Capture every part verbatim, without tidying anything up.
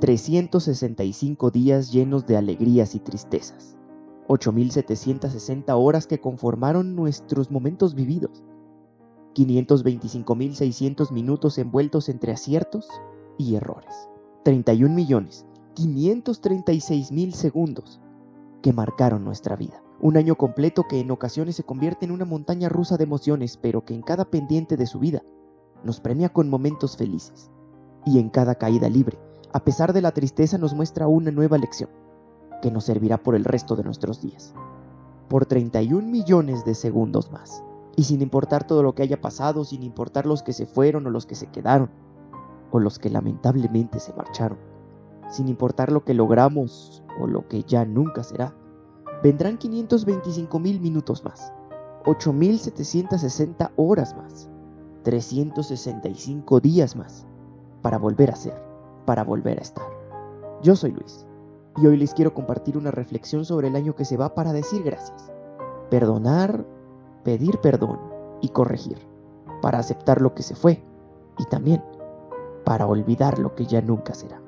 trescientos sesenta y cinco días llenos de alegrías y tristezas, ocho mil setecientas sesenta horas que conformaron nuestros momentos vividos, quinientos veinticinco mil seiscientos minutos envueltos entre aciertos y errores, treinta y un millones quinientos treinta y seis mil segundos que marcaron nuestra vida. Un año completo que en ocasiones se convierte en una montaña rusa de emociones, pero que en cada pendiente de su vida nos premia con momentos felices. Y en cada caída libre, a pesar de la tristeza, nos muestra una nueva lección, que nos servirá por el resto de nuestros días. Por treinta y un millones de segundos más. Y sin importar todo lo que haya pasado, sin importar los que se fueron o los que se quedaron, o los que lamentablemente se marcharon, sin importar lo que logramos o lo que ya nunca será, vendrán quinientos veinticinco mil minutos más, ocho mil setecientas sesenta horas más, trescientos sesenta y cinco días más, para volver a ser, para volver a estar. Yo soy Luis, y hoy les quiero compartir una reflexión sobre el año que se va para decir gracias, perdonar, pedir perdón y corregir, para aceptar lo que se fue, y también para olvidar lo que ya nunca será.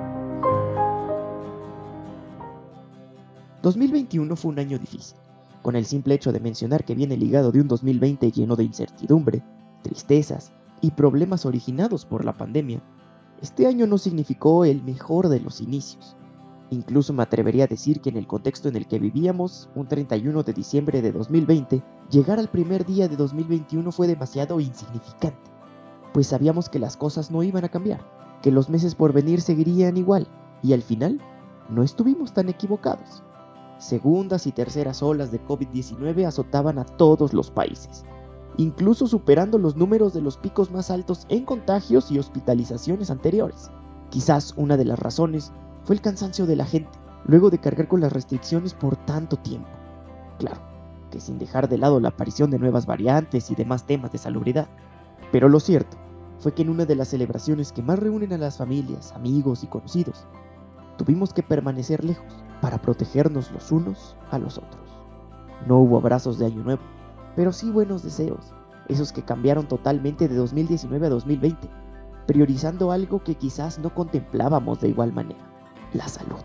dos mil veintiuno fue un año difícil, con el simple hecho de mencionar que viene ligado de un dos mil veinte lleno de incertidumbre, tristezas y problemas originados por la pandemia. Este año no significó el mejor de los inicios. Incluso me atrevería a decir que en el contexto en el que vivíamos, un treinta y uno de diciembre de dos mil veinte, llegar al primer día de dos mil veintiuno fue demasiado insignificante, pues sabíamos que las cosas no iban a cambiar, que los meses por venir seguirían igual, y al final no estuvimos tan equivocados. Segundas y terceras olas de covid diecinueve azotaban a todos los países, incluso superando los números de los picos más altos en contagios y hospitalizaciones anteriores. Quizás una de las razones fue el cansancio de la gente, luego de cargar con las restricciones por tanto tiempo. Claro, que sin dejar de lado la aparición de nuevas variantes y demás temas de salubridad. Pero lo cierto fue que en una de las celebraciones que más reúnen a las familias, amigos y conocidos, tuvimos que permanecer lejos para protegernos los unos a los otros. No hubo abrazos de año nuevo, pero sí buenos deseos, esos que cambiaron totalmente de dos mil diecinueve a dos mil veinte, priorizando algo que quizás no contemplábamos de igual manera: la salud.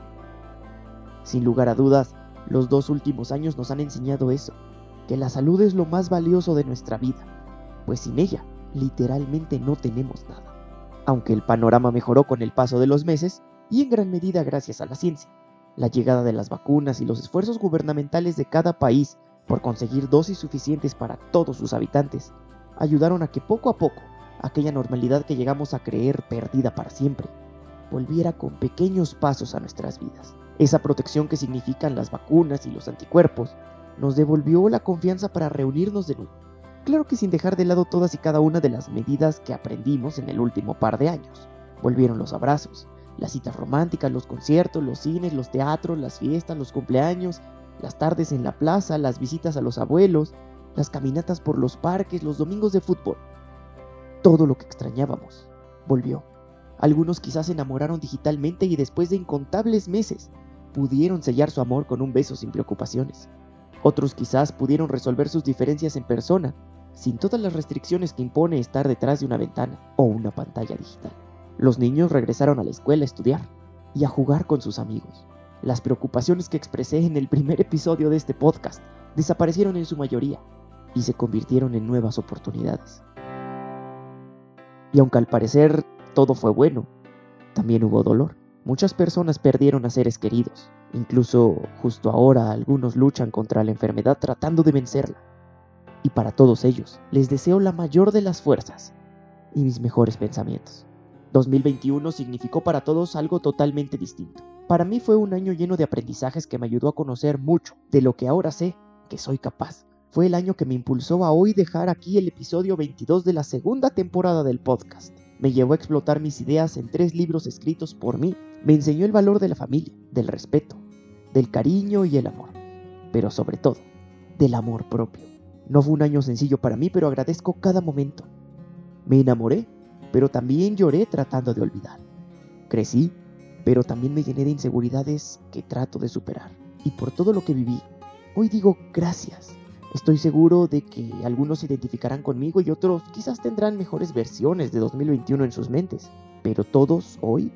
Sin lugar a dudas, los dos últimos años nos han enseñado eso, que la salud es lo más valioso de nuestra vida, pues sin ella, literalmente no tenemos nada. Aunque el panorama mejoró con el paso de los meses, y en gran medida gracias a la ciencia, la llegada de las vacunas y los esfuerzos gubernamentales de cada país por conseguir dosis suficientes para todos sus habitantes, ayudaron a que poco a poco, aquella normalidad que llegamos a creer perdida para siempre, volviera con pequeños pasos a nuestras vidas. Esa protección que significan las vacunas y los anticuerpos nos devolvió la confianza para reunirnos de nuevo. Claro que sin dejar de lado todas y cada una de las medidas que aprendimos en el último par de años. Volvieron los abrazos, las citas románticas, los conciertos, los cines, los teatros, las fiestas, los cumpleaños, las tardes en la plaza, las visitas a los abuelos, las caminatas por los parques, los domingos de fútbol. Todo lo que extrañábamos volvió. Algunos quizás se enamoraron digitalmente y después de incontables meses pudieron sellar su amor con un beso sin preocupaciones. Otros quizás pudieron resolver sus diferencias en persona, sin todas las restricciones que impone estar detrás de una ventana o una pantalla digital. Los niños regresaron a la escuela a estudiar y a jugar con sus amigos. Las preocupaciones que expresé en el primer episodio de este podcast desaparecieron en su mayoría y se convirtieron en nuevas oportunidades. Y aunque al parecer todo fue bueno, también hubo dolor. Muchas personas perdieron a seres queridos. Incluso justo ahora algunos luchan contra la enfermedad tratando de vencerla. Y para todos ellos, les deseo la mayor de las fuerzas y mis mejores pensamientos. dos mil veintiuno significó para todos algo totalmente distinto. Para mí fue un año lleno de aprendizajes que me ayudó a conocer mucho de lo que ahora sé que soy capaz. Fue el año que me impulsó a hoy dejar aquí el episodio veintidós de la segunda temporada del podcast. Me llevó a explotar mis ideas en tres libros escritos por mí. Me enseñó el valor de la familia, del respeto, del cariño y el amor. Pero sobre todo, del amor propio. No fue un año sencillo para mí, pero agradezco cada momento. Me enamoré, pero también lloré tratando de olvidar. Crecí, pero también me llené de inseguridades que trato de superar. Y por todo lo que viví, hoy digo gracias. Estoy seguro de que algunos se identificarán conmigo y otros quizás tendrán mejores versiones de dos mil veintiuno en sus mentes. Pero todos hoy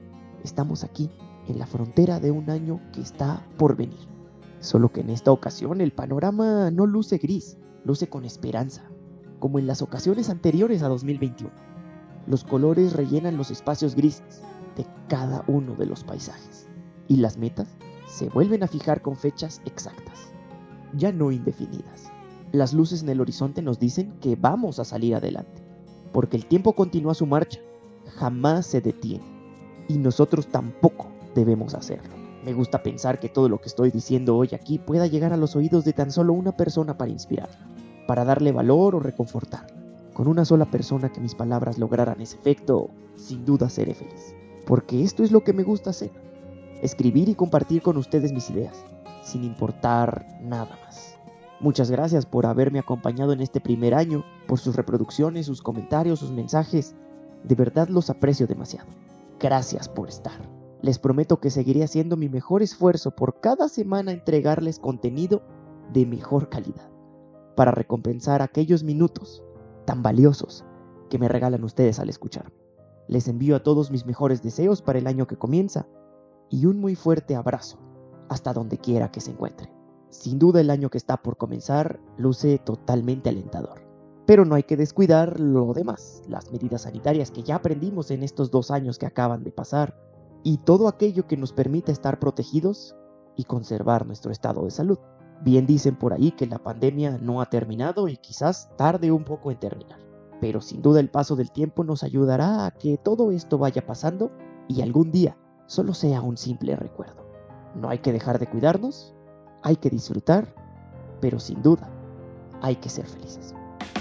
Estamos aquí, en la frontera de un año que está por venir. Solo que en esta ocasión el panorama no luce gris, luce con esperanza, como en las ocasiones anteriores a dos mil veintiuno. Los colores rellenan los espacios grises de cada uno de los paisajes, y las metas se vuelven a fijar con fechas exactas, ya no indefinidas. Las luces en el horizonte nos dicen que vamos a salir adelante, porque el tiempo continúa su marcha, jamás se detiene, y nosotros tampoco debemos hacerlo. Me gusta pensar que todo lo que estoy diciendo hoy aquí pueda llegar a los oídos de tan solo una persona para inspirarla, para darle valor o reconfortarla. Con una sola persona que mis palabras lograran ese efecto, sin duda seré feliz. Porque esto es lo que me gusta hacer, escribir y compartir con ustedes mis ideas, sin importar nada más. Muchas gracias por haberme acompañado en este primer año, por sus reproducciones, sus comentarios, sus mensajes. De verdad los aprecio demasiado. Gracias por estar. Les prometo que seguiré haciendo mi mejor esfuerzo por cada semana entregarles contenido de mejor calidad, para recompensar aquellos minutos tan valiosos que me regalan ustedes al escucharme. Les envío a todos mis mejores deseos para el año que comienza y un muy fuerte abrazo hasta donde quiera que se encuentren. Sin duda el año que está por comenzar luce totalmente alentador, pero no hay que descuidar lo demás, las medidas sanitarias que ya aprendimos en estos dos años que acaban de pasar y todo aquello que nos permita estar protegidos y conservar nuestro estado de salud. Bien dicen por ahí que la pandemia no ha terminado y quizás tarde un poco en terminar, pero sin duda el paso del tiempo nos ayudará a que todo esto vaya pasando y algún día solo sea un simple recuerdo. No hay que dejar de cuidarnos, hay que disfrutar, pero sin duda hay que ser felices.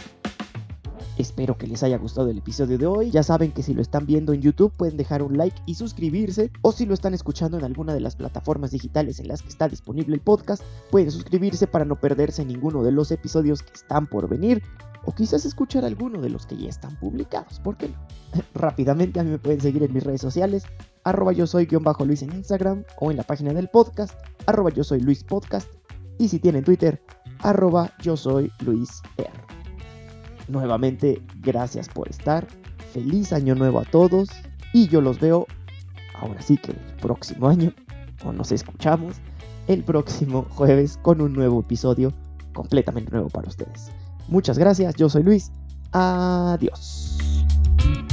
Espero que les haya gustado el episodio de hoy. Ya saben que si lo están viendo en YouTube pueden dejar un like y suscribirse, o si lo están escuchando en alguna de las plataformas digitales en las que está disponible el podcast, pueden suscribirse para no perderse ninguno de los episodios que están por venir, o quizás escuchar alguno de los que ya están publicados, ¿por qué no? Rápidamente a mí me pueden seguir en mis redes sociales, arroba yo soy guión bajo Luis en Instagram, o en la página del podcast, arroba yo soy Luis Podcast, y si tienen Twitter, arroba yo soy Luis R. Nuevamente, gracias por estar, feliz año nuevo a todos, y yo los veo, ahora sí que el próximo año, o nos escuchamos, el próximo jueves con un nuevo episodio completamente nuevo para ustedes. Muchas gracias, yo soy Luis, adiós.